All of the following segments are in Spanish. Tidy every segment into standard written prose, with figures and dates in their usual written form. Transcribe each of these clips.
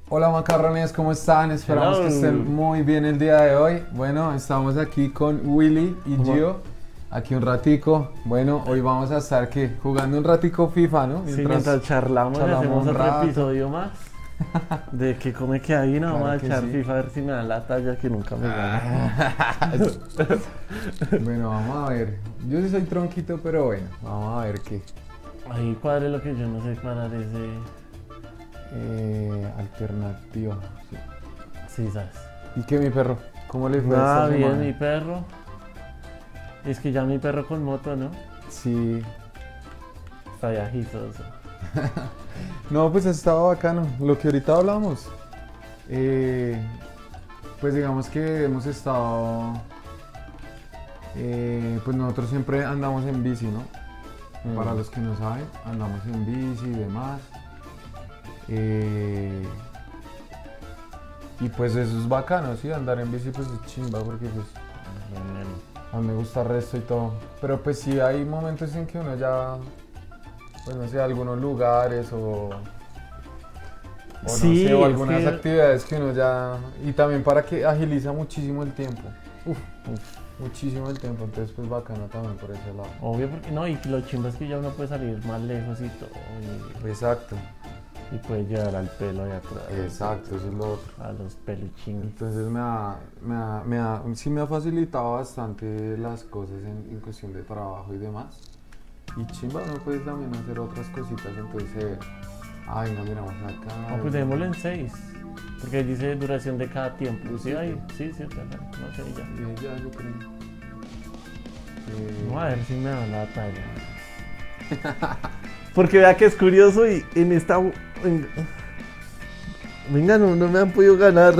Hola macarrones, ¿cómo están? Esperamos Hello. que estén muy bien el día de hoy. Bueno, estamos aquí con Willy y Gio, aquí un ratico. Bueno, hoy vamos a estar jugando un ratico FIFA, ¿no? Mientras charlamos y hacemos un otro rato. episodio más de que come que hay, no, Claro vamos a que echar sí. FIFA a ver si me dan la talla que nunca me gana. Bueno, vamos a ver. Yo sí soy tronquito, pero bueno, vamos a ver qué. Ahí cuadre lo que yo no sé cuadrar ese. Alternativo. Sí. Sí, sabes. ¿Y qué, mi perro? ¿Cómo le fue Nada esta bien, semana? mi perro. Es que ya mi perro con moto, ¿no? Sí. Está viajito eso. No, pues ha estado bacano. Lo que ahorita hablamos. Pues digamos que hemos estado. Pues nosotros siempre andamos en bici, ¿no? Para los que no saben, andamos en bici y demás. Y pues eso es bacano, ¿sí? Andar en bici pues es chimba porque pues a mí me gusta el resto y todo. Pero pues sí hay momentos en que uno ya, pues no sé, algunos lugares o Sí, no sé, o es algunas que- actividades que uno ya... Y también para que agiliza muchísimo el tiempo. Muchísimo el tiempo, entonces pues bacano también por ese lado. Obvio, porque no, y lo chimba es que ya uno puede salir más lejos y todo. Exacto, Y puede llegar al pelo allá atrás. exacto, eso es lo otro. A los peluchines. Entonces sí me ha facilitado bastante las cosas en cuestión de trabajo y demás. Y chimba, uno puede también hacer otras cositas, entonces, venga, miramos acá. No, pues démoslo en 6. Porque ahí dice duración de cada tiempo. Sí, ahí, sí, es verdad. No sé, ya. Ya, yo creo. Vamos a ver si me dan la talla. Porque vea que es curioso y en esta. Venga, no me han podido ganar.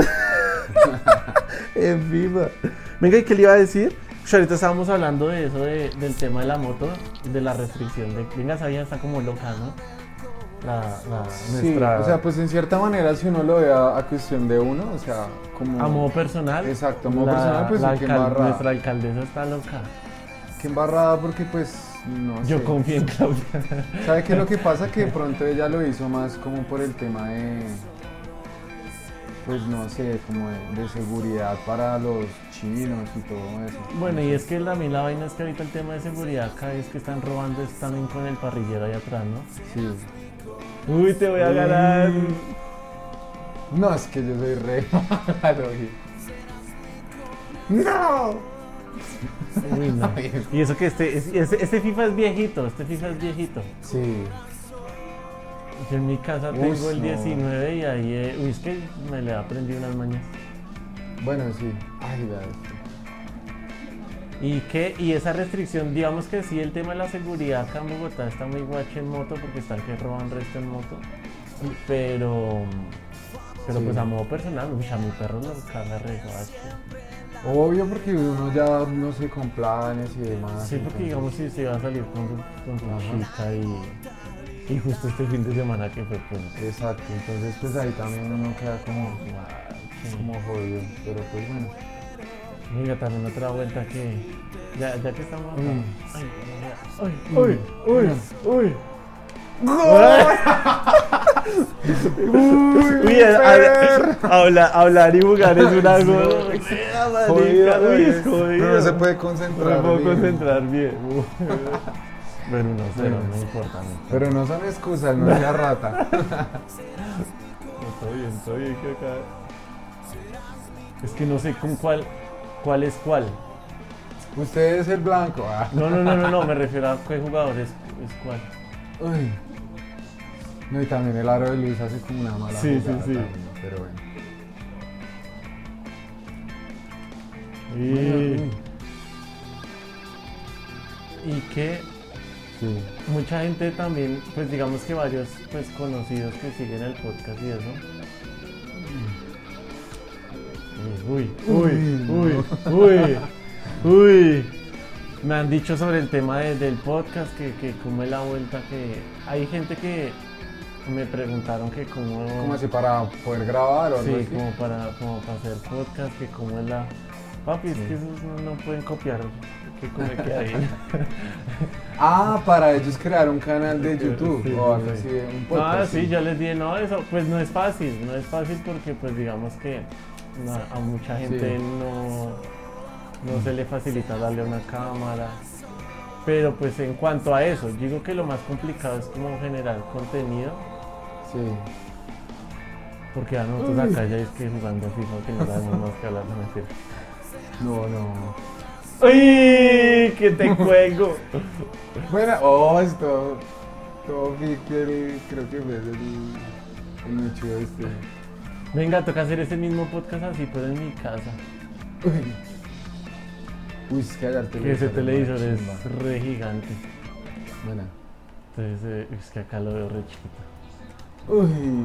En FIFA. Venga, ¿y qué le iba a decir? Pues ahorita estábamos hablando de eso, del tema de la moto, de la restricción. Venga, esa vieja está como loca, ¿no? Sí, Nuestra. o sea, pues en cierta manera, si uno lo ve a cuestión de uno, o sea, como. A modo personal. Exacto, a modo personal, pues sí, qué embarrada. nuestra alcaldesa está loca. Qué embarrada, porque pues, no Yo sé. confío en Claudia. ¿Sabe qué es lo que pasa? Que de pronto ella lo hizo más como por el tema de, pues no sé, como de seguridad para los chinos y todo eso. Bueno, y es que también la vaina es que ahorita el tema de seguridad acá es que están robando es también con el parrillero ahí atrás, ¿no? Sí. Uy, te voy a ganar. No, es que yo soy re malo. ¡No! Uy, no. Y eso que este FIFA es viejito, Sí. Yo en mi casa Uy, tengo el no. 19 y ahí, uy, es que me le aprendí unas mañas. Bueno, sí. Ay, vea esto. Y esa restricción, digamos que sí, el tema de la seguridad acá en Bogotá está muy guacho en moto porque están que roban resto en moto. Pero Sí. pues a modo personal, uy, a mi perro lo caga re guacho. Obvio, porque uno ya, no sé, con planes y demás. Sí, porque entonces- digamos si se va a salir con su Ajá. chica y justo este fin de semana que fue pues. Exacto, entonces pues ahí también uno queda como jodido, pero pues bueno. Venga, también otra vuelta que. Ya que estamos acá. Mm. Uy. ¡Uy, Uy, hablar y jugar es una cosa. Jodido, Uy, es no jodido. se puede No concentrar. me puedo bien. concentrar bien. Bueno, no sé, no importa. Pero no son excusas, no sea rata. Estoy bien que acá. Es que no sé con cuál es cuál. Usted es el blanco. No, me refiero a qué jugador es cuál. Uy. No, y también el aro de Luis hace como una mala Sí, jugada sí. también, pero bueno. Y que Sí. mucha gente también, pues digamos que varios pues conocidos que siguen el podcast y eso. Uy. Me han dicho sobre el tema del podcast que cómo es la vuelta que hay gente que me preguntaron que cómo ¿Cómo así para poder grabar o algo sí, así? como para hacer podcast, que cómo es la papi, es que esos no pueden copiar que come que hay. Ah, para ellos crear un canal de YouTube Sí, o algo sí. así, un podcast. Sí, yo les dije, no, eso pues no es fácil porque pues digamos que a mucha gente Sí. no se le facilita darle una cámara. Pero pues en cuanto a eso, digo que lo más complicado es como generar contenido, Sí. porque a nosotros acá ya es que jugando FIFA que no sabemos más que hablar, no mentira. No. ¡Uy! ¡Que te juego! Bueno, esto. Todo Víctor, creo que fue el mucho este. Venga, toca hacer ese mismo podcast así, pero en mi casa. Uy, es que allá el Que ese televisor una es chimba. re gigante. Buena. Entonces, es que acá lo veo re chiquito. Uy,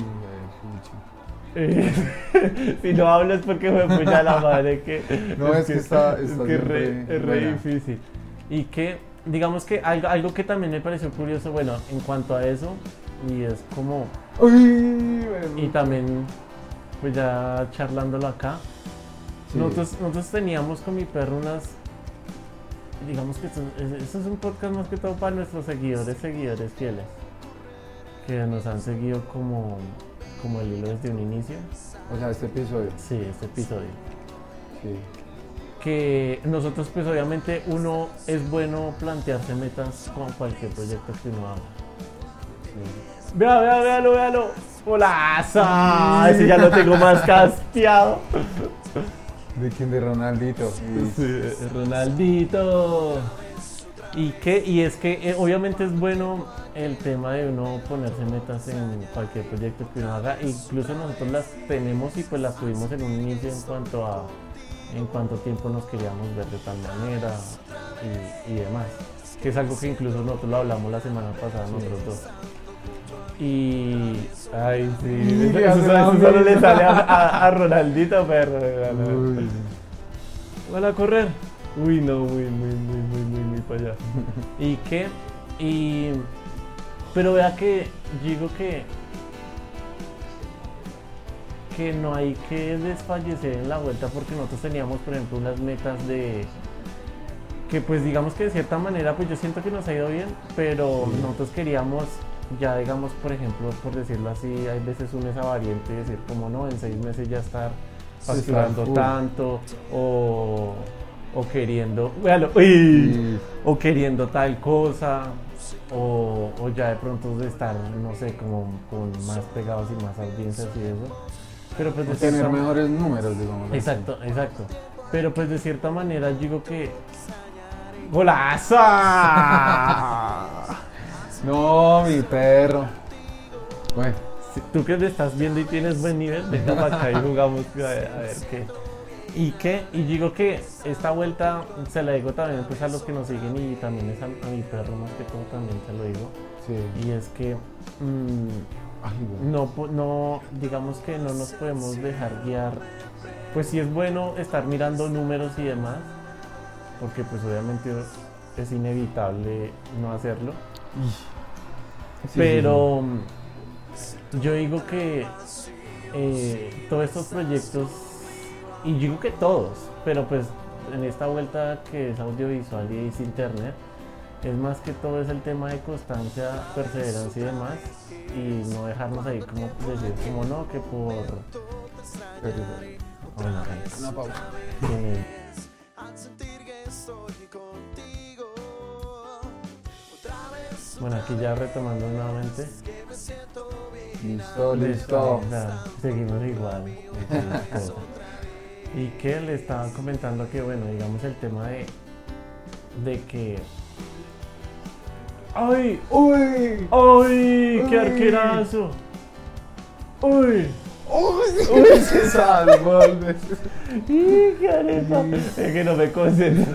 Si no hablas porque me puya la madre que No, es que está es siempre re buena. difícil. Y que digamos que algo que también me pareció curioso, bueno, en cuanto a eso, y es como, Uy, bueno. y también pues ya charlándolo acá, Sí. nosotros teníamos con mi perro unas, digamos que esto es un podcast más que todo para nuestros seguidores fieles, que nos han seguido como el hilo desde un inicio. O sea, este episodio. Sí, este episodio. Sí. Que nosotros pues obviamente uno es bueno plantearse metas con cualquier proyecto que uno haga. Sí. Véalo. ¡Holaza! Ese ya lo tengo más casteado. ¿De quién? De Ronaldito. Sí, Ronaldito. Y es que obviamente es bueno el tema de uno ponerse metas en cualquier proyecto que uno haga. Incluso nosotros las tenemos y pues las tuvimos en un inicio en cuanto a en cuánto tiempo nos queríamos ver de tal manera y demás. Que es algo que incluso nosotros lo hablamos la semana pasada nosotros dos. Y... Ay, sí. Y Eso solo le sale a Ronaldito, perro. Uy. Van a correr. Uy, no, muy para allá. ¿Y qué? Pero vea que digo que no hay que desfallecer en la vuelta porque nosotros teníamos, por ejemplo, unas metas de... Que pues digamos que de cierta manera pues yo siento que nos ha ido bien, pero Sí. nosotros queríamos ya digamos, por ejemplo, por decirlo así, hay veces un esa variante de decir como no, en 6 meses ya estar facturando full. tanto o queriendo, véalo, uy, o queriendo tal cosa o ya de pronto de estar, no sé, como con más pegados y más audiencias y eso. Pero pues O de tener cierta mejores números, digamos. así. Exacto. Pero pues de cierta manera digo que ¡golazo! No, mi perro. Bueno, Si tú que me estás viendo y tienes buen nivel, venga para acá y jugamos a ver qué. Y digo que esta vuelta se la digo también pues a los que nos siguen y también es a mi perro más que todo también te lo digo. sí. Y es que Ay, bueno. no, digamos que no nos podemos dejar guiar. Pues sí es bueno estar mirando números y demás, porque pues obviamente es inevitable no hacerlo. Sí, Pero yo digo que todos estos proyectos, y digo que todos, pero pues en esta vuelta que es audiovisual y es internet, es más que todo es el tema de constancia, perseverancia y demás, y no dejarnos ahí como decir como no, que por... Bueno, Una pausa. Bueno, aquí ya retomando nuevamente. Listo. O sea, seguimos igual. Y que le estaba comentando que, bueno, digamos el tema de que... ¡Ay! ¡Uy! ¡Ay! ¡Qué Uy. arquerazo! ¡Uy! ¡Uy! Se salvó. ¡Y qué arepa! Es que no me concentro.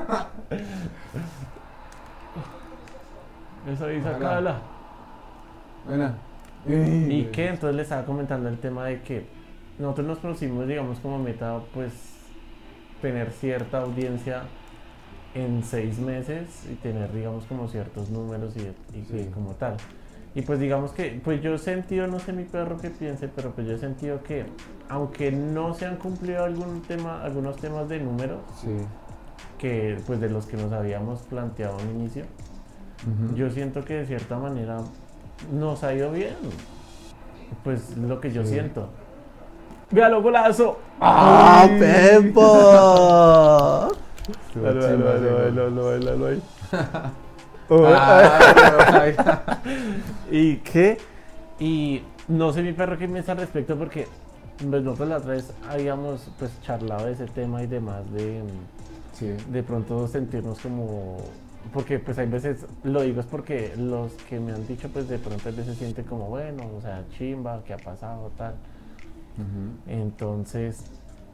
Eso ahí, sacala. Buena. Y que entonces le estaba comentando el tema de que nosotros nos pusimos, digamos, como meta, pues, tener cierta audiencia en 6 meses y tener, digamos, como ciertos números y Sí. como tal. Y pues digamos que, pues yo he sentido, no sé mi perro qué piense, pero pues yo he sentido que, aunque no se han cumplido algunos temas de números, Sí. que pues de los que nos habíamos planteado al inicio, yo siento que de cierta manera nos ha ido bien. Pues lo que yo siento. ¡Véalo, golazo! ¡Ah, Pepo! ¿Y qué? Y no sé mi perro qué piensa al respecto porque pues, nosotros la otra vez habíamos pues charlado de ese tema y demás de pronto sentirnos como... Porque pues hay veces, lo digo es porque los que me han dicho pues de pronto a veces sienten como bueno, o sea, chimba, ¿qué ha pasado? Tal. Entonces,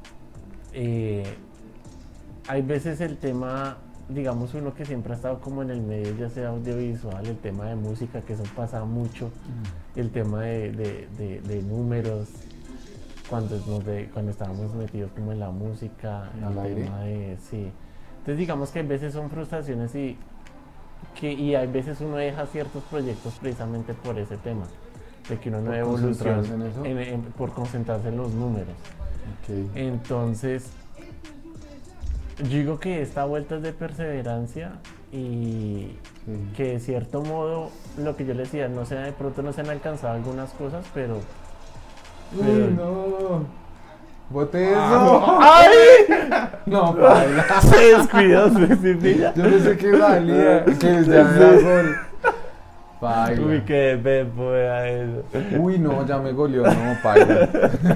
hay veces el tema, digamos uno que siempre ha estado como en el medio, ya sea audiovisual, el tema de música, que eso pasa mucho, el tema de números, cuando estábamos metidos como en la música, el tema de, sí. Entonces digamos que a veces son frustraciones y hay veces uno deja ciertos proyectos precisamente por ese tema, de que uno no evoluciona por concentrarse en los números. Okay. Entonces, yo digo que esta vuelta es de perseverancia y que de cierto modo, lo que yo les decía, de pronto no se han alcanzado algunas cosas, pero... Uy, no. ¡Bote eso! ¡Ay! No, paila. Se descuidó, se pilla. Yo pensé que salía, que ya era gol. Paila. Uy, qué Pepo era eso. Uy, no, ya me goleó, no, paila.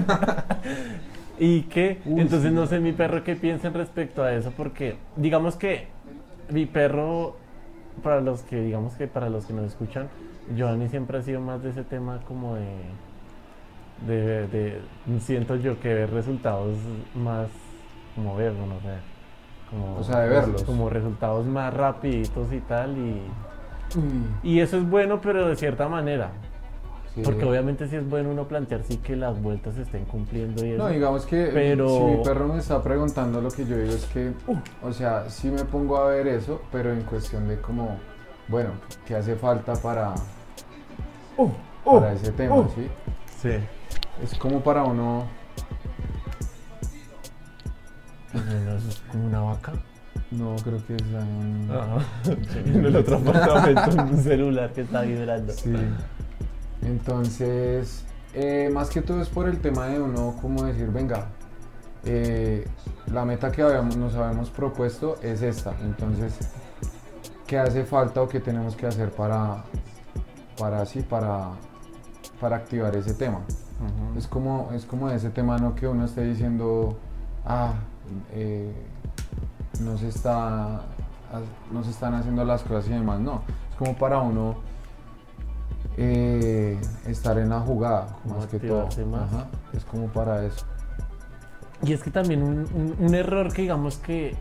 ¿Y qué? Entonces no sé mi perro qué piensa respecto a eso, porque digamos que mi perro, para los que nos escuchan, Giovanni siempre ha sido más de ese tema como siento yo que ver resultados más como verlo, no sé, como, o sea, de verlos, como resultados más rapiditos y tal, y eso es bueno, pero de cierta manera, porque obviamente sí es bueno uno plantear sí que las vueltas se estén cumpliendo y eso. No, digamos que pero... si mi perro me está preguntando, lo que yo digo es que, o sea, sí me pongo a ver eso, pero en cuestión de como, bueno, ¿qué hace falta para ese tema, sí? Sí. Es como para uno... ¿Eso es como una vaca? No, creo que es un... En el otro apartamento, un celular que está vibrando. Sí. Entonces, más que todo es por el tema de uno, como decir, venga, la meta que nos habíamos propuesto es esta. Entonces, ¿qué hace falta o qué tenemos que hacer para activar ese tema? Es como ese tema, no que uno esté diciendo, no se están haciendo las cosas y demás, no, es como para uno estar en la jugada, como más que todo. Más. Es como para eso. Y es que también un error que digamos que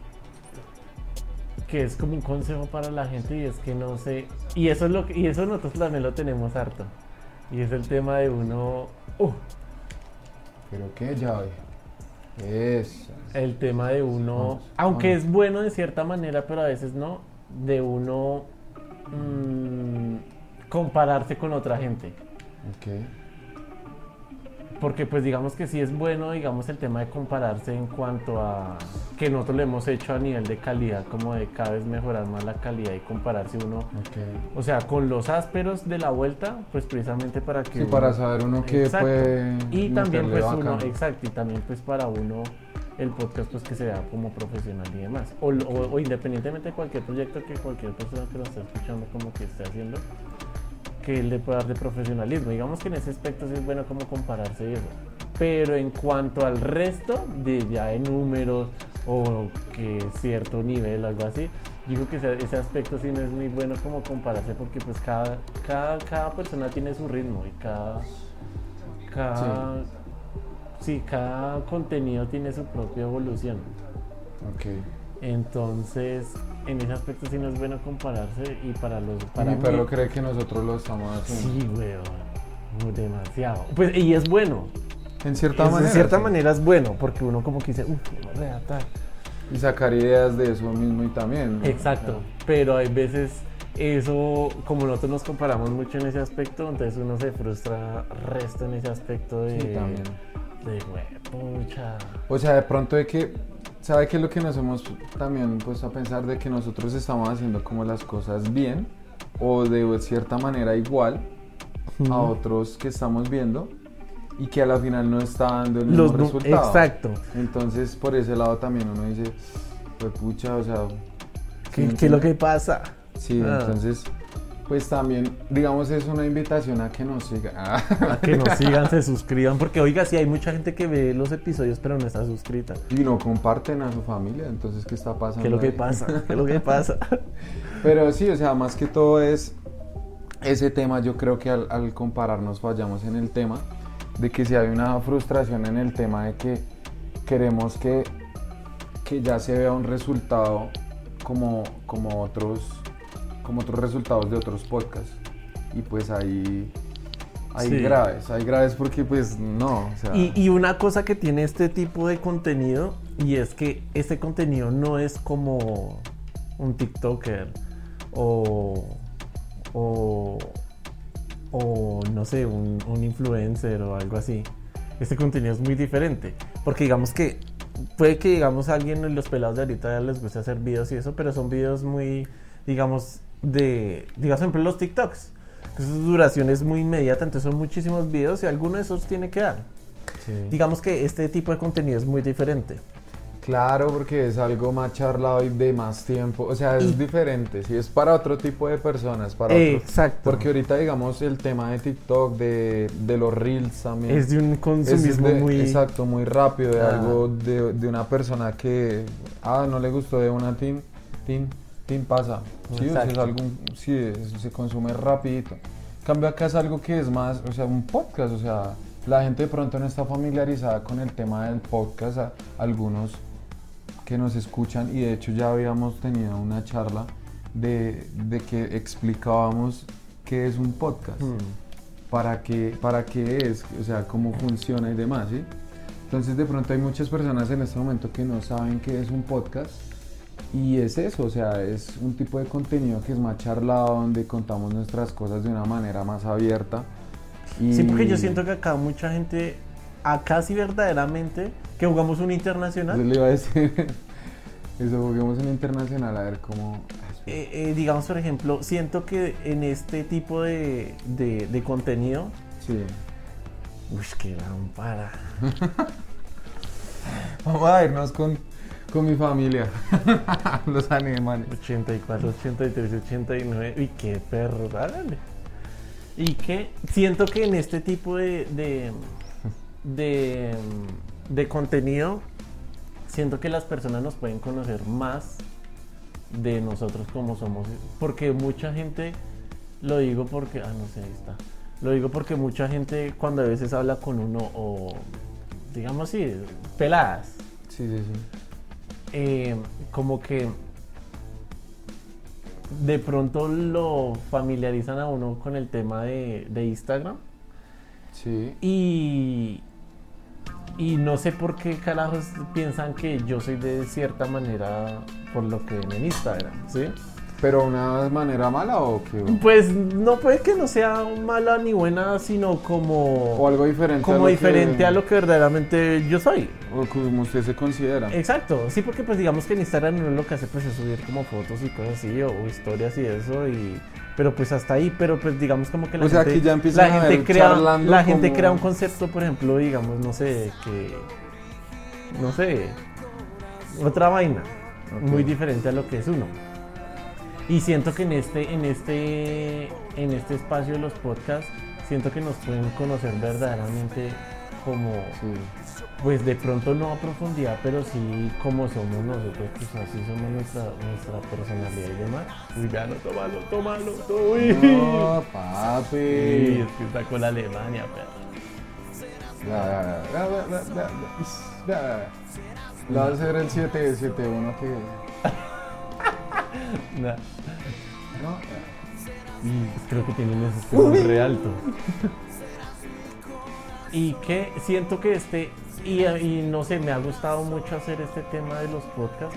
es como un consejo para la gente, y es que no sé, y eso nosotros también lo tenemos harto, y es el tema de uno pero qué llave es el tema de uno, aunque es bueno de cierta manera, pero a veces no, de uno compararse con otra gente. Okay. Porque pues digamos que sí es bueno, digamos, el tema de compararse en cuanto a que nosotros lo hemos hecho a nivel de calidad, como de cada vez mejorar más la calidad y compararse uno, o sea, con los ásperos de la vuelta, pues precisamente para que para saber uno que puede y también pues uno, y también pues para uno el podcast pues que se vea como profesional y demás, o independientemente de cualquier proyecto que cualquier persona que lo esté escuchando como que esté haciendo, que él le pueda dar de profesionalismo. Digamos que en ese aspecto sí es bueno como compararse y eso. Pero en cuanto al resto, de ya de números o que cierto nivel, algo así, digo que ese aspecto sí no es muy bueno como compararse, porque pues cada persona tiene su ritmo y cada contenido tiene su propia evolución. Entonces, en ese aspecto sí no es bueno compararse, y para mi perro cree que nosotros lo estamos haciendo. Sí, weón, demasiado. Pues, y es bueno. En cierta manera es bueno, porque uno como que dice, y sacar ideas de eso mismo y también, ¿no? Exacto, pero hay veces eso, como nosotros nos comparamos mucho en ese aspecto, entonces uno se frustra resto en ese aspecto de... Sí, también. De pucha. O sea, de pronto de que ¿sabe qué es lo que nos hemos también puesto a pensar? De que nosotros estamos haciendo como las cosas bien o de cierta manera igual a otros que estamos viendo y que a la final no está dando el mismo resultado. Exacto. Entonces por ese lado también uno dice, pues pucha, o sea... ¿Qué es lo que pasa? Sí, entonces... Pues también, digamos, es una invitación a que nos sigan. A que nos sigan, se suscriban, porque oiga, sí hay mucha gente que ve los episodios pero no está suscrita. Y no comparten a su familia, entonces, ¿qué está pasando? ¿Qué es lo que pasa? ¿Qué es lo que pasa? Pero sí, o sea, más que todo es ese tema, yo creo que al compararnos fallamos en el tema, de que si hay una frustración en el tema de que queremos que ya se vea un resultado como otros resultados de otros podcasts, y pues hay Sí. graves porque pues no, o sea... Y una cosa que tiene este tipo de contenido, y es que este contenido no es como un TikToker o no sé, un influencer o algo así. Este contenido es muy diferente, porque digamos que puede que digamos a alguien en los pelados de ahorita ya les guste hacer videos y eso, pero son videos muy, digamos ejemplo los TikToks, que su duración es muy inmediata, entonces son muchísimos videos y alguno de esos tiene que dar. Sí. Digamos que este tipo de contenido es muy diferente. Claro, porque es algo más charlado y de más tiempo, o sea, es diferente, sí, es para otro tipo de personas, para otro, Exacto. porque ahorita digamos el tema de TikTok, de los Reels también. Es de un consumismo muy... Exacto, muy rápido, de algo de una persona que, no le gustó de una tin pasa, sí, o sea, es algo, sí, se consume rapidito. En cambio acá es algo que es más, o sea, un podcast, o sea, la gente de pronto no está familiarizada con el tema del podcast, algunos que nos escuchan, y de hecho ya habíamos tenido una charla de que explicábamos qué es un podcast, para qué es, o sea, cómo funciona y demás, ¿sí? Entonces de pronto hay muchas personas en este momento que no saben qué es un podcast, y es eso, o sea, es un tipo de contenido que es más charlado, donde contamos nuestras cosas de una manera más abierta. Sí, porque yo siento que acá mucha gente, acá sí verdaderamente, que jugamos un internacional. Yo le iba a decir, eso, jugamos un internacional, a ver cómo... digamos, por ejemplo, siento que en este tipo de contenido... Sí. Uy, qué lámpara. Vamos a irnos con mi familia, los alemanes. 84, 83, 89, uy, qué perro, dale. Y que siento que en este tipo de contenido, siento que las personas nos pueden conocer más de nosotros como somos, porque mucha gente, lo digo porque, no sé, ahí está, lo digo porque mucha gente cuando a veces habla con uno, o digamos así, peladas, Sí. como que de pronto lo familiarizan a uno con el tema de Instagram. Sí. Y no sé por qué carajos piensan que yo soy de cierta manera por lo que ven en Instagram, ¿sí? ¿Pero una manera mala o qué? Pues no puede que no sea mala ni buena, sino como... O algo diferente. Como diferente a lo que verdaderamente yo soy. O como usted se considera. Exacto, sí, porque pues digamos que en Instagram uno lo que hace pues es subir como fotos y cosas así, o historias y eso, pero pues hasta ahí, pero pues digamos como que la gente... aquí ya empiezan a ver charlando la gente como... crea un concepto, por ejemplo, digamos, no sé, otra vaina, muy diferente a lo que es uno. Y siento que en este espacio de los podcasts, siento que nos pueden conocer verdaderamente como, pues de pronto no a profundidad, pero sí como somos nosotros, pues así somos nuestra personalidad y demás. Uy, vean, tómalo. Uy. No, papi. Sí, es que está con la Alemania, perro. Le va a hacer el 7-1 que... Nah. ¿No? Creo que tienen ese sistema re alto. Y que siento que y no sé, me ha gustado mucho hacer este tema de los podcasts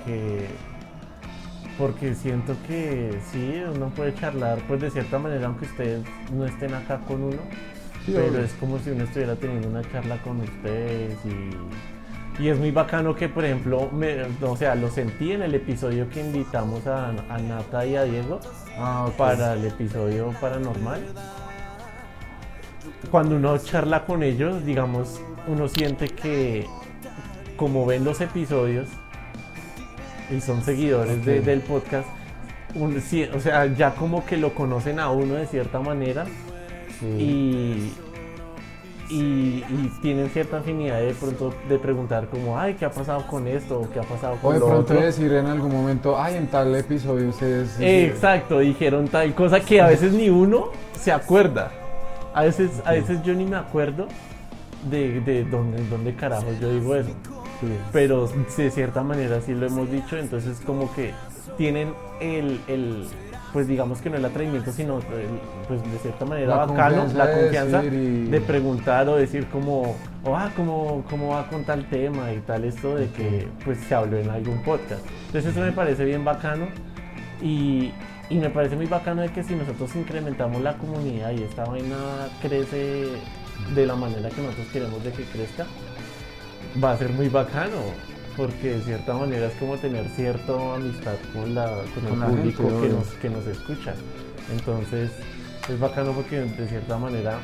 porque siento que sí, uno puede charlar pues de cierta manera aunque ustedes no estén acá con uno, Sí, pero obvio. es como si uno estuviera teniendo una charla con ustedes Y es muy bacano que, por ejemplo, o sea, lo sentí en el episodio que invitamos a Nata y a Diego Ok. para el episodio paranormal. Cuando uno charla con ellos, digamos, uno siente que, como ven los episodios y son seguidores del podcast, o sea, ya como que lo conocen a uno de cierta manera Sí. y tienen cierta afinidad de pronto de preguntar como, ay, ¿qué ha pasado con esto? ¿O qué ha pasado O con de lo pronto otro? decir en algún momento, ay, en tal episodio ustedes... Exacto, dijeron tal cosa que a veces ni uno se acuerda. A veces yo ni me acuerdo de dónde carajos yo digo eso. Sí. Pero de cierta manera sí lo hemos dicho, entonces como que tienen pues digamos que no el atrevimiento, sino pues de cierta manera La bacano, confianza la de confianza decir y- de preguntar o decir como, cómo va con tal tema y tal esto de que pues se habló en algún podcast. Entonces eso me parece bien bacano y me parece muy bacano de que si nosotros incrementamos la comunidad y esta vaina crece de la manera que nosotros queremos de que crezca, va a ser muy bacano, porque de cierta manera es como tener cierta amistad con Con el la público gente, obvio. que nos escucha. Entonces es bacano porque de cierta manera,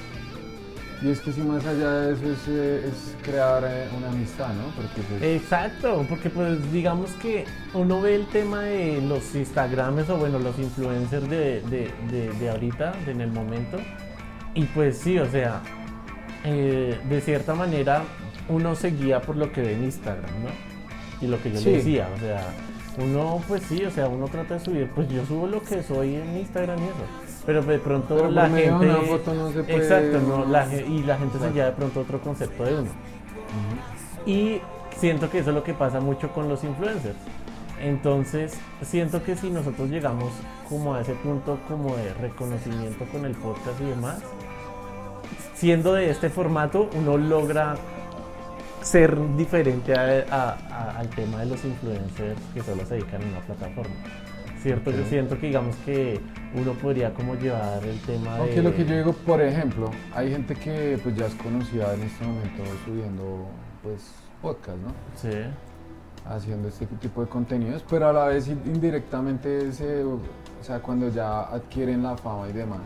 Y es que si más allá de eso es crear una amistad, ¿no? Porque pues, exacto, porque pues digamos que uno ve el tema de los Instagrames o bueno, los influencers de ahorita, en el momento, y pues sí, o sea, de cierta manera uno se guía por lo que ve en Instagram, ¿no? Y lo que yo Sí. le decía, o sea, uno pues sí, o sea, uno trata de subir, pues yo subo lo que soy en Instagram y eso, pero de pronto Pero por la medio de gente... una foto no se puede- Exacto, ¿no? Y la gente se lleva de pronto otro concepto de uno. Y siento que eso es lo que pasa mucho con los influencers. Entonces, siento que si nosotros llegamos como a ese punto como de reconocimiento con el podcast y demás, siendo de este formato, uno logra ser diferente al tema de los influencers que solo se dedican a una plataforma. Cierto, Ok. yo siento que digamos que uno podría como llevar el tema aunque de... lo que yo digo, por ejemplo, hay gente que pues ya es conocida en este momento subiendo pues podcast, ¿no? Sí. Haciendo este tipo de contenidos, pero a la vez indirectamente o sea, cuando ya adquieren la fama y demás,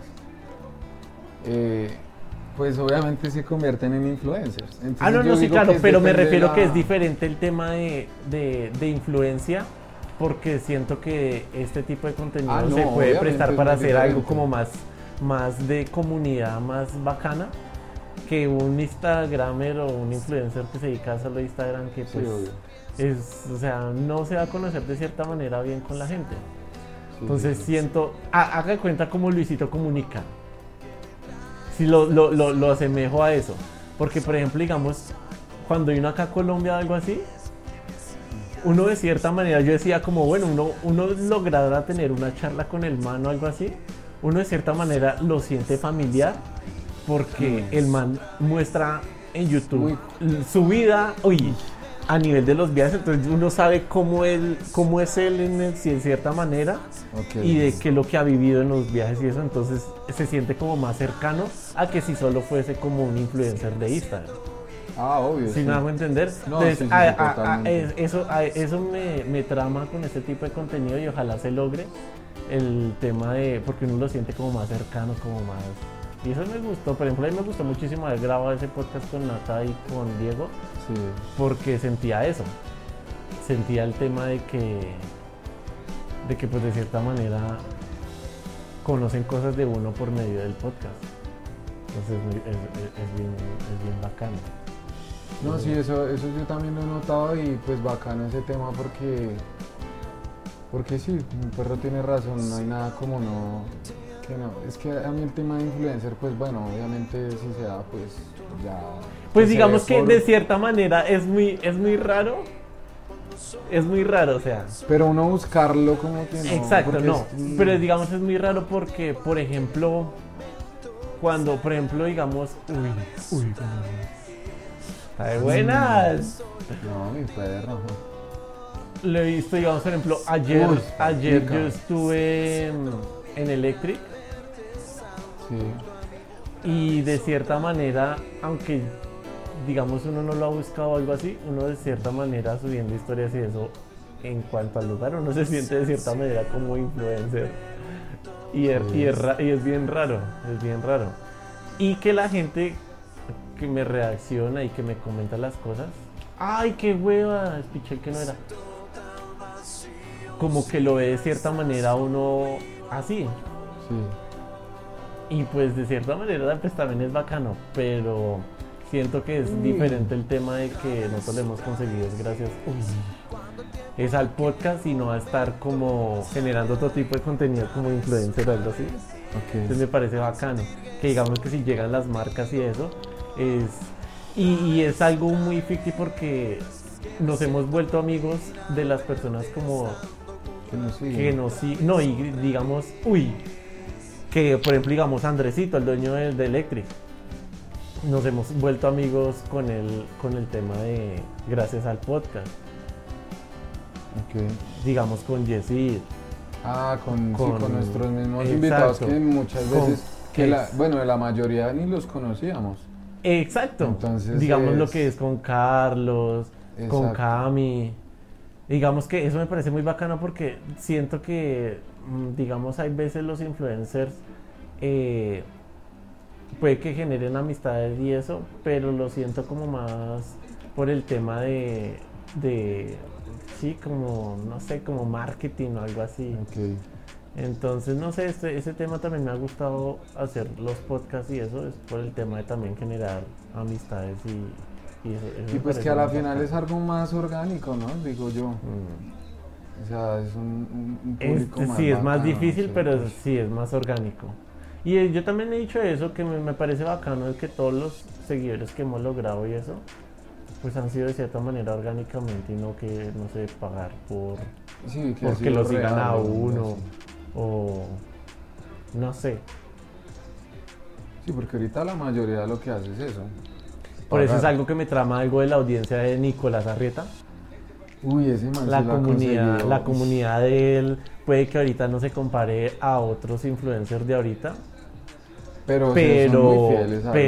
pues obviamente se convierten en influencers. Entonces, Ah, no, yo no, sí, digo claro, que pero me depende de refiero la- que es diferente el tema de influencia, porque siento que este tipo de contenido Ah, no, se puede obviamente prestar es para muy hacer algo diferente. como más de comunidad, más bacana, que un Instagramer o un influencer que se dedica solo a Instagram, que Sí, pues obvio. o sea, no se va a conocer de cierta manera bien con la gente. Sí, Entonces sí, sí. siento, haga de cuenta como Luisito Comunica. Si lo asemejo a eso. Porque, por ejemplo, digamos, cuando vino acá a Colombia o algo así, uno de cierta manera, yo decía como, bueno, uno logrará tener una charla con el man o algo así, uno de cierta manera lo siente familiar porque el man muestra en YouTube su vida, oye, a nivel de los viajes, entonces uno sabe cómo es él en cierta manera Ok. y de qué es lo que ha vivido en los viajes y eso, entonces se siente como más cercano a que si solo fuese como un influencer de Instagram. Ah, obvio. ¿Sí me hago entender? No, Entonces, sí, sí, totalmente. eso me trama con este tipo de contenido y ojalá se logre el tema de, porque uno lo siente como más cercano, como más... Y eso me gustó, por ejemplo, a mí me gustó muchísimo haber grabado ese podcast con Nata y con Diego, Sí. porque sentía eso, sentía el tema de que pues de cierta manera conocen cosas de uno por medio del podcast. Entonces es bien bacano. No, sí, eso yo también lo he notado y pues bacano ese tema porque sí, mi perro tiene razón, no hay nada como no, que no, es que a mí el tema de influencer, pues bueno, obviamente si se da, pues ya. Pues se digamos ve que por- de cierta manera es muy raro. Es muy raro, o sea. Pero uno buscarlo como que no. Exacto, porque no. Pero digamos es muy raro porque, por ejemplo, cuando, por ejemplo, digamos. Uy, está de buenas. No, mi perro. Lo he visto, digamos, por ejemplo, ayer pica. yo estuve en Electric Sí. y de cierta manera, aunque digamos uno no lo ha buscado o algo así, uno de cierta manera subiendo historias y eso, en cuanto al lugar, uno se siente de cierta manera como influencer. Y es bien raro, es bien raro. Y que la gente que me reacciona y que me comenta las cosas, ¡ay, qué hueva! Espiché que no era. Como que lo ve de cierta manera uno así. Sí. Y pues de cierta manera pues también es bacano, pero siento que es diferente el tema de que nosotros lo hemos conseguido es gracias es al podcast y no a estar como generando otro tipo de contenido como influencer o algo así. Okay. Entonces me parece bacano que digamos que si llegan las marcas y eso es y es algo muy ficti porque nos hemos vuelto amigos de las personas como que nos no, y digamos que por ejemplo digamos Andresito, el dueño de Electric, nos hemos vuelto amigos con el tema de gracias al podcast. Okay. Digamos con Yesid. Con nuestros mismos invitados que muchas veces la mayoría ni los conocíamos. Exacto. Entonces digamos lo que es con Carlos, con Cami. Digamos que eso me parece muy bacano porque siento que digamos hay veces los influencers puede que generen amistades y eso, pero lo siento como más por el tema de sí, como, no sé, como marketing o algo así. Okay. Entonces, no sé, ese tema también me ha gustado hacer los podcasts y eso es por el tema de también generar amistades y eso y pues que a la final es algo más orgánico, ¿no? Digo yo. O sea, es un público más sí, es bacano, más difícil, sí, pero pues. sí, es más orgánico. Y yo también he dicho eso, que me parece bacano, es que todos los seguidores que hemos logrado y eso, pues han sido de cierta manera orgánicamente y no que, no sé, pagar porque lo sigan a uno o no sé. Sí, porque ahorita la mayoría de lo que hace es eso. Por eso es algo que me trama algo de la audiencia de Nicolás Arrieta. Ese man la comunidad de él puede que ahorita no se compare a otros influencers de ahorita. Pero son muy fieles a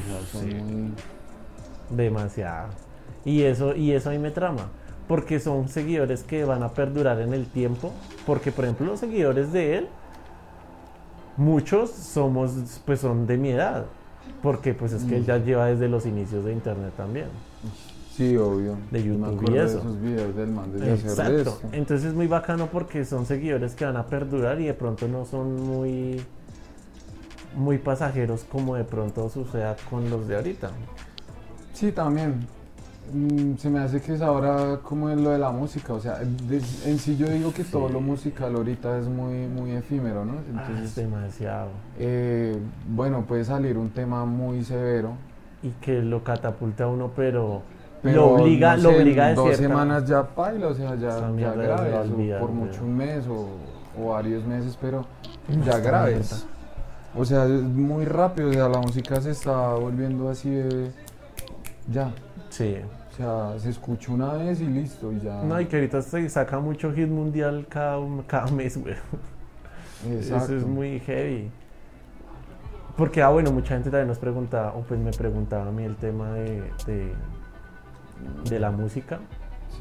demasiado. Y eso a mí me trama, porque son seguidores que van a perdurar en el tiempo, porque por ejemplo los seguidores de él, muchos son de mi edad, porque pues es que él ya lleva desde los inicios de internet también. Sí, obvio. De YouTube y eso. De esos videos del man de exacto. Entonces es muy bacano porque son seguidores que van a perdurar y de pronto no son muy pasajeros como de pronto suceda con los de ahorita. Sí, también. Se me hace que es ahora como es lo de la música, o sea, en sí yo digo que todo lo musical ahorita es muy, muy efímero, ¿no? Entonces, es demasiado. Bueno, puede salir un tema muy severo. Y que lo catapulta a uno, pero lo obliga no sé, de en cierta 2 semanas ya paila, o sea, ya graves, olvidar, por mucho un mes o varios meses, pero ya graves. O sea, es muy rápido, o sea, la música se está volviendo así de... ya. Sí. O sea, se escucha una vez y listo, y ya... No, y que ahorita se saca mucho hit mundial cada mes, güey. Exacto. Eso es muy heavy. Porque, bueno, mucha gente también nos preguntaba, o pues me preguntaba a mí el tema de la música. Sí.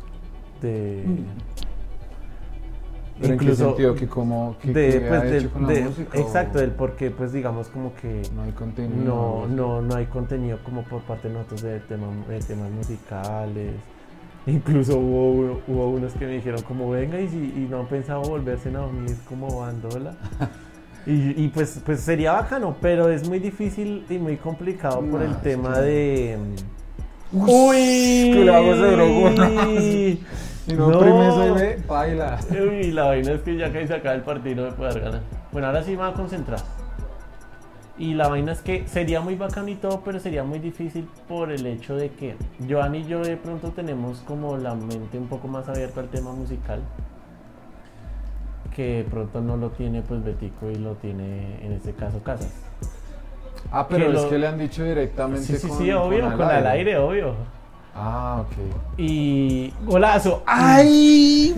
¿Pero incluso en qué sentido? ¿Que cómo ha hecho con la música? Exacto, del por qué, pues digamos como que no hay contenido. No hay contenido como por parte de nosotros de temas musicales. Incluso hubo unos que me dijeron como venga y no han pensado volverse a unir como bandola. y pues sería bacano, pero es muy difícil y muy complicado por el tema de... ¡Uy! Que le hago ese drogón. Si no, primero se ve, baila. Uy, la vaina es que ya que se acaba el partido no me puedo dar ganas. Bueno, ahora sí me voy a concentrar. Y la vaina es que sería muy bacano y todo, pero sería muy difícil por el hecho de que Joan y yo de pronto tenemos como la mente un poco más abierta al tema musical, que de pronto no lo tiene pues Betico y lo tiene en este caso Casas. Pero es que le han dicho directamente sí, obvio, con al aire, obvio. Ok. Y golazo. ¡Ay!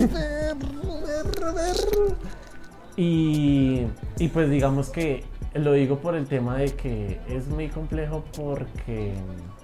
Y pues digamos que lo digo por el tema de que es muy complejo porque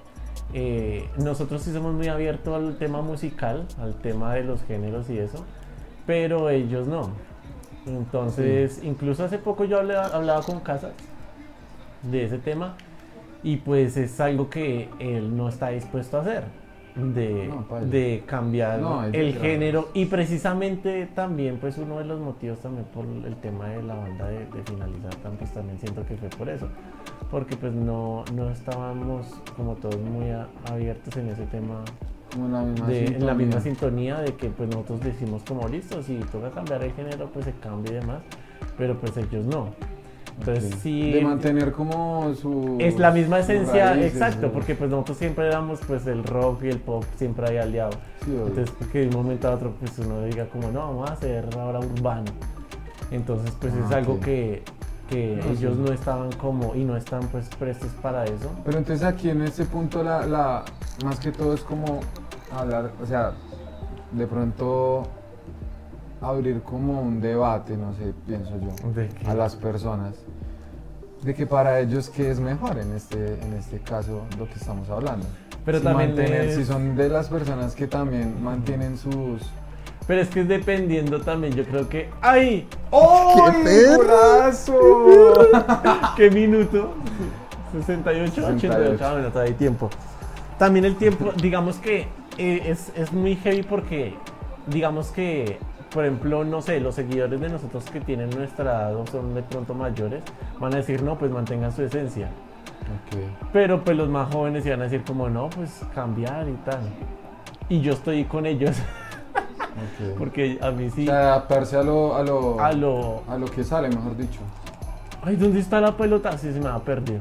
nosotros sí somos muy abiertos al tema musical, al tema de los géneros y eso, pero ellos no. Entonces, incluso hace poco yo hablaba con Casas de ese tema y pues es algo que él no está dispuesto a hacer, de cambiar el género, y precisamente también pues uno de los motivos también por el tema de la banda de finalizar, pues también siento que fue por eso, porque pues no estábamos como todos muy abiertos en ese tema, en la misma sintonía de que pues nosotros decimos como listo, si toca cambiar el género pues se cambia y demás, pero pues ellos no. Entonces sí, de mantener como su es la misma esencia, raíces, exacto, porque pues nosotros siempre éramos pues el rock y el pop siempre ahí aliados. Sí, entonces porque de un momento a otro pues uno diga como no, vamos a hacer ahora urbano, entonces pues es algo que ellos no estaban como y no están pues prestos para eso. Pero entonces aquí en este punto la más que todo es como hablar, o sea, de pronto abrir como un debate, no sé, pienso yo, a las personas, de que para ellos qué es mejor en este caso lo que estamos hablando. Pero si también si son de las personas que también mantienen sus... Pero es que es dependiendo también, yo creo que... ¡Ay! ¡Oh! ¡Qué golazo! ¿Qué minuto? 68, 88, bueno, todavía hay tiempo. También el tiempo, digamos que es muy heavy porque, digamos que, por ejemplo, no sé, los seguidores de nosotros que tienen nuestra edad o son de pronto mayores, van a decir, no, pues mantengan su esencia. Okay. Pero pues los más jóvenes iban a decir como, no, pues cambiar y tal. Y yo estoy con ellos. Okay. Porque a mí sí... O sea, adaptarse a lo que sale, mejor dicho. Ay, ¿dónde está la pelota? Sí, se me ha perdido.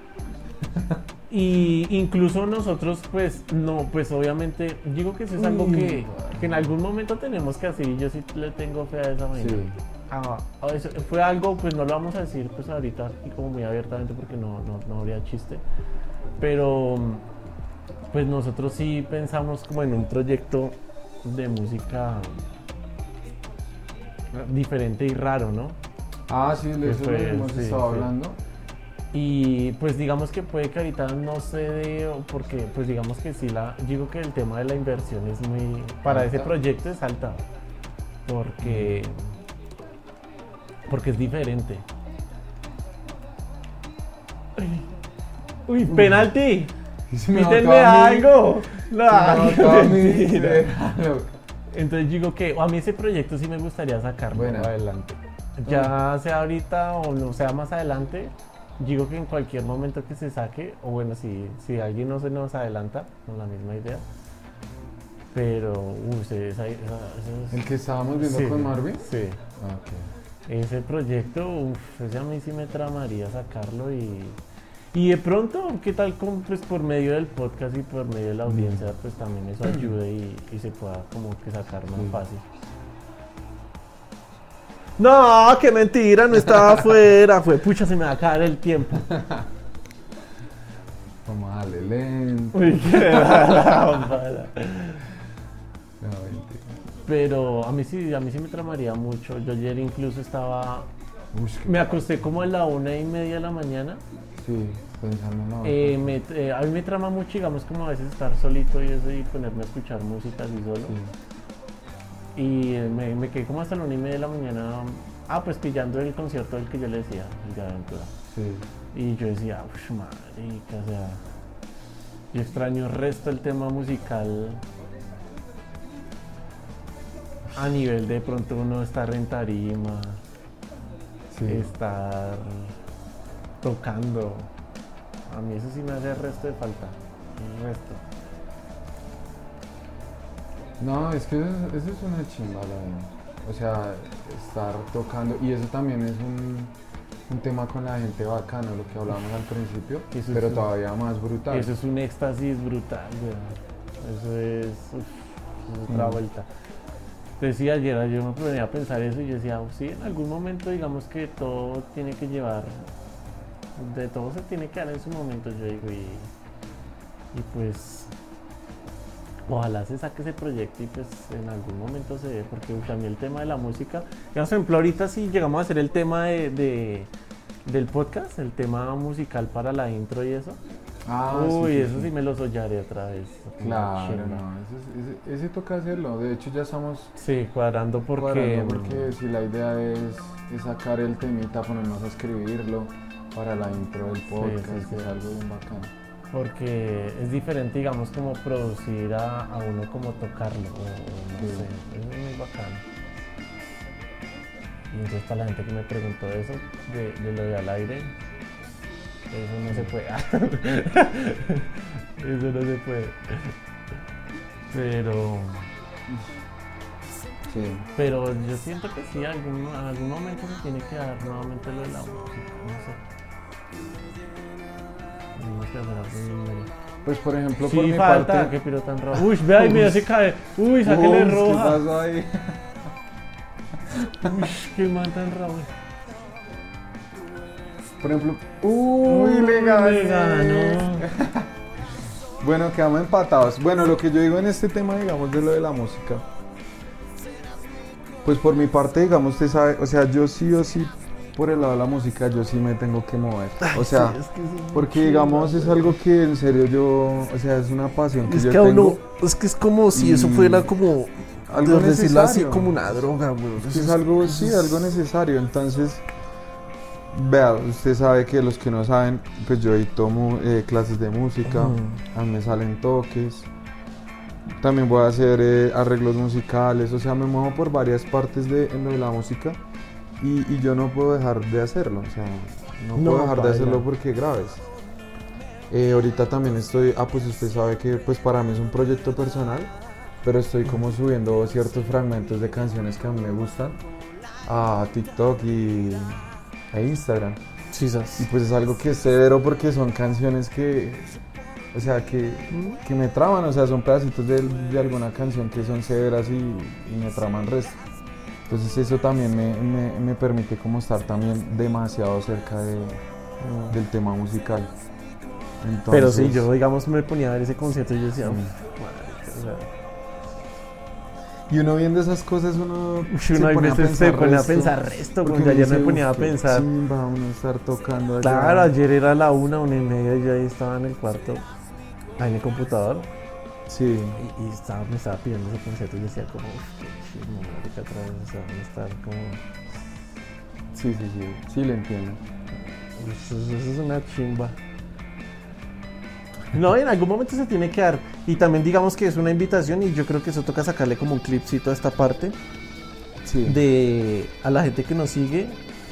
Y incluso nosotros, pues, no, pues obviamente, digo que eso es algo que en algún momento tenemos que hacer y yo sí le tengo fe a esa manera. Sí. Eso fue algo, pues no lo vamos a decir pues ahorita y como muy abiertamente porque no habría chiste. Pero, pues nosotros sí pensamos como en un proyecto de música diferente y raro, ¿no? Ah, sí, de eso hemos estado hablando. Y pues digamos que puede que ahorita no se dé, porque pues digamos que sí, digo que el tema de la inversión es muy, para ese proyecto es alta, porque es diferente. Uy, penalti. Mítenme algo. Entonces digo que a mí ese proyecto sí me gustaría sacarlo adelante. Ya sea ahorita o no sea más adelante, digo que en cualquier momento que se saque, o bueno, si alguien no se nos adelanta con la misma idea, pero ¿el que estábamos viendo con Marvin? Sí. Ese proyecto, ese a mí sí me tramaría sacarlo y de pronto, ¿qué tal pues por medio del podcast y por medio de la audiencia, pues también eso ayude y se pueda como que sacar más fácil? No, qué mentira, no estaba afuera, pucha, se me va a acabar el tiempo. Vamos a darle lento. Uy, qué lámpara. Pero a mí sí me tramaría mucho. Yo ayer incluso me acosté como a la 1:30 de la mañana. Sí, pensando en a mí me trama mucho, digamos, como a veces estar solito y eso y ponerme a escuchar música así solo. Sí. Y me quedé como hasta la 1:30 de la mañana, pues pillando el concierto del que yo le decía, el de Aventura. Sí. Y yo decía, marica, o sea, yo extraño el resto del tema musical a nivel de pronto uno estar en tarima, estar tocando. A mí eso sí me hace el resto de falta, el resto. No, es que eso es una chimba, la verdad. O sea, estar tocando, y eso también es un tema con la gente bacano, lo que hablábamos al principio, pero todavía más brutal. Eso es un éxtasis brutal, eso es otra vuelta. Entonces sí, ayer yo me ponía a pensar eso y yo decía, sí, en algún momento digamos que todo tiene que llevar, de todo se tiene que dar en su momento, yo digo, y pues ojalá se saque ese proyecto y pues en algún momento se dé, porque también el tema de la música, digamos, por ejemplo, ahorita sí llegamos a hacer el tema del podcast, el tema musical para la intro y eso, Uy, sí, eso sí me lo sollaré otra vez. Claro, Chimba. no, ese toca hacerlo. De hecho, ya estamos Sí, cuadrando porque... cuadrando porque si la idea es sacar el temita, ponernos a escribirlo para la intro del podcast, sí. es algo bien bacano. Porque es diferente, digamos, como producir a uno como tocarlo, o no Sí. sé, es muy bacano. Y entonces para la gente que me preguntó eso, de lo de al aire, eso no se puede. Eso no se puede. Pero yo siento que sí, en algún momento se tiene que dar nuevamente lo de la música, no sé. Tenemos que hacer algo bien. Pues por ejemplo, Sí, por mi falta, parte. que piro tan rojo. Uy, vea, mira, se cae. Uy, sáquele Uy, roja. ¿qué pasó ahí? Uy, qué man tan raro. Por ejemplo, uy, le gané. ganó. Bueno, quedamos empatados. Bueno, lo que yo digo en este tema, digamos, de lo de la música, pues por mi parte, digamos, usted sabe, o sea, yo sí o sí, por el lado de la música, yo sí me tengo que mover. O sea, Sí, es que sí, porque digamos, es algo que en serio yo, o sea, es una pasión que Es yo que a uno, tengo. es que es como si eso Y fuera como, algo de decirlo así, necesario. como una droga, güey. Es algo, sí, algo necesario. Entonces, vea, usted sabe que los que no saben, pues yo tomo clases de música, a mí me salen toques, también voy a hacer arreglos musicales, o sea, me muevo por varias partes en lo de la música y yo no puedo dejar de hacerlo, o sea, no No, puedo dejar de baila. hacerlo porque graves. Ahorita también estoy, pues usted sabe que pues para mí es un proyecto personal, pero estoy como subiendo ciertos fragmentos de canciones que a mí me gustan a TikTok e Instagram. Sí, Y ¿sabes? pues es algo que es severo porque son canciones que, o sea, que me traman, o sea, son pedacitos de alguna canción que son severas y me traman resto. Entonces eso también me permite como estar también demasiado cerca del tema musical. Entonces, Pero sí, yo, digamos, me ponía a ver ese concierto y yo decía, Sí. marica, o sea, Y uno viendo esas cosas, uno uno hay veces se pone a resto, pensar resto, porque porque ayer uno me dice, ponía a "Uf, qué pensar. chimba uno estar tocando allá". Claro, ayer era la 1:30 y yo ahí estaba en el cuarto, ahí en el computador, Sí, y me estaba pidiendo ese concierto y decía como, uff, qué chismo, marica, otra vez, o sea, van a estar como, sí, le entiendo. eso es una chimba. No, en algún momento se tiene que dar, y también digamos que es una invitación y yo creo que eso toca sacarle como un clipcito a esta parte, Sí. a la gente que nos sigue.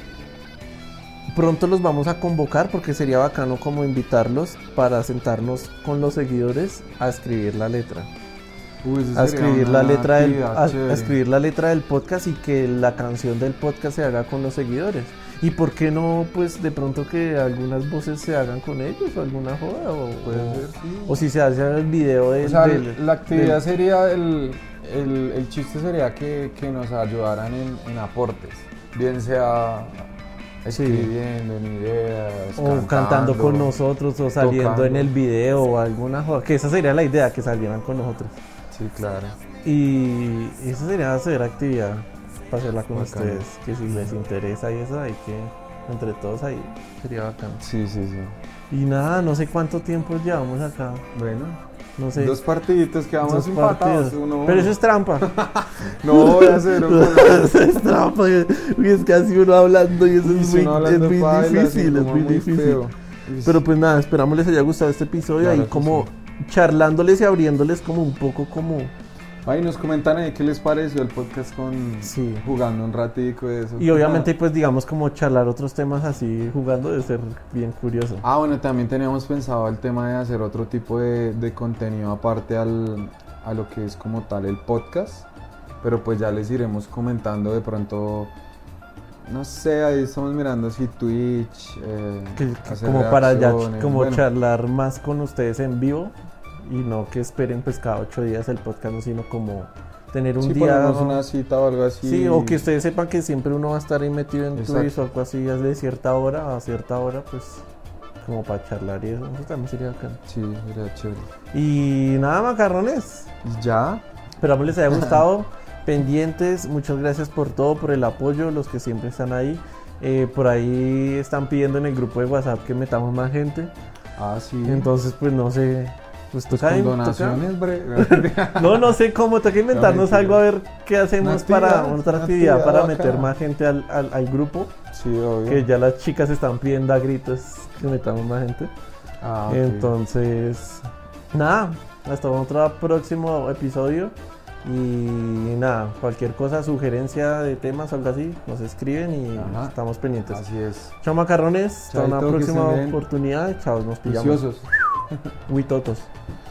Pronto los vamos a convocar porque sería bacano como invitarlos para sentarnos con los seguidores a escribir la letra. Uy, eso A sería escribir una la letra del, actividad a chévere. escribir la letra del podcast y que la canción del podcast se haga con los seguidores. Y por qué no, pues de pronto que algunas voces se hagan con ellos o alguna joda Puede ser, sí. o si se hace el video O sea, la actividad sería, el chiste sería que nos ayudaran en aportes, bien sea escribiendo en ideas, o cantando con nosotros o saliendo tocando. en el video o alguna joda, que esa sería la idea, que salieran con nosotros. Sí, claro. Y esa sería hacer actividad para hacerla con Bacano. ustedes, que si les interesa y eso, hay que entre todos ahí, sería bacán. Sí. Y nada, no sé cuánto tiempo llevamos acá, Bueno, no sé. 2 partiditos, quedamos dos empatados. partidos. 1-1. Pero eso es trampa. No voy a hacer Eso es trampa. Uy, es casi uno hablando y eso es muy difícil, es muy difícil. feo. Pero pues nada, esperamos les haya gustado este episodio Claro y que como sí. charlándoles y abriéndoles como un poco como... Ahí nos comentan ahí qué les pareció el podcast Sí. jugando un ratico de eso. Y obviamente pues digamos como charlar otros temas así jugando debe ser bien curioso. Bueno, también teníamos pensado el tema de hacer otro tipo de contenido aparte a lo que es como tal el podcast, pero pues ya les iremos comentando de pronto, no sé, ahí estamos mirando si Twitch, hacer Como para ya reacciones, como bueno, charlar más con ustedes en vivo y no que esperen pues cada 8 días el podcast, no, sino como tener un sí, día... ponemos una cita o algo así. Sí, o que ustedes sepan que siempre uno va a estar ahí metido en Exacto. Twitch o algo así de cierta hora a cierta hora, pues como para charlar y eso también sería bacán. Sí, sería chévere. Y nada, macarrones. ¿Y ya? Esperamos les haya gustado. Pendientes, muchas gracias por todo, por el apoyo, los que siempre están ahí. Por ahí están pidiendo en el grupo de WhatsApp que metamos más gente. Ah, sí. Entonces, pues no sé. Pues Pues toca, con toca- donaciones, bre. No sé cómo, toca inventarnos No, algo a ver qué hacemos para actividad, otra una actividad actividad para bacana. meter más gente al grupo. Sí, obvio. Que ya las chicas están pidiendo a gritos que metamos más gente. Ah, ok. Entonces, nada, hasta otro próximo episodio. Y nada, cualquier cosa, sugerencia de temas o algo así, nos escriben y Ajá. estamos pendientes. Así es. Chao macarrones, hasta una Chaito, que próxima estén bien. oportunidad. Chao, nos pillamos. Juiciosos. Huitotos.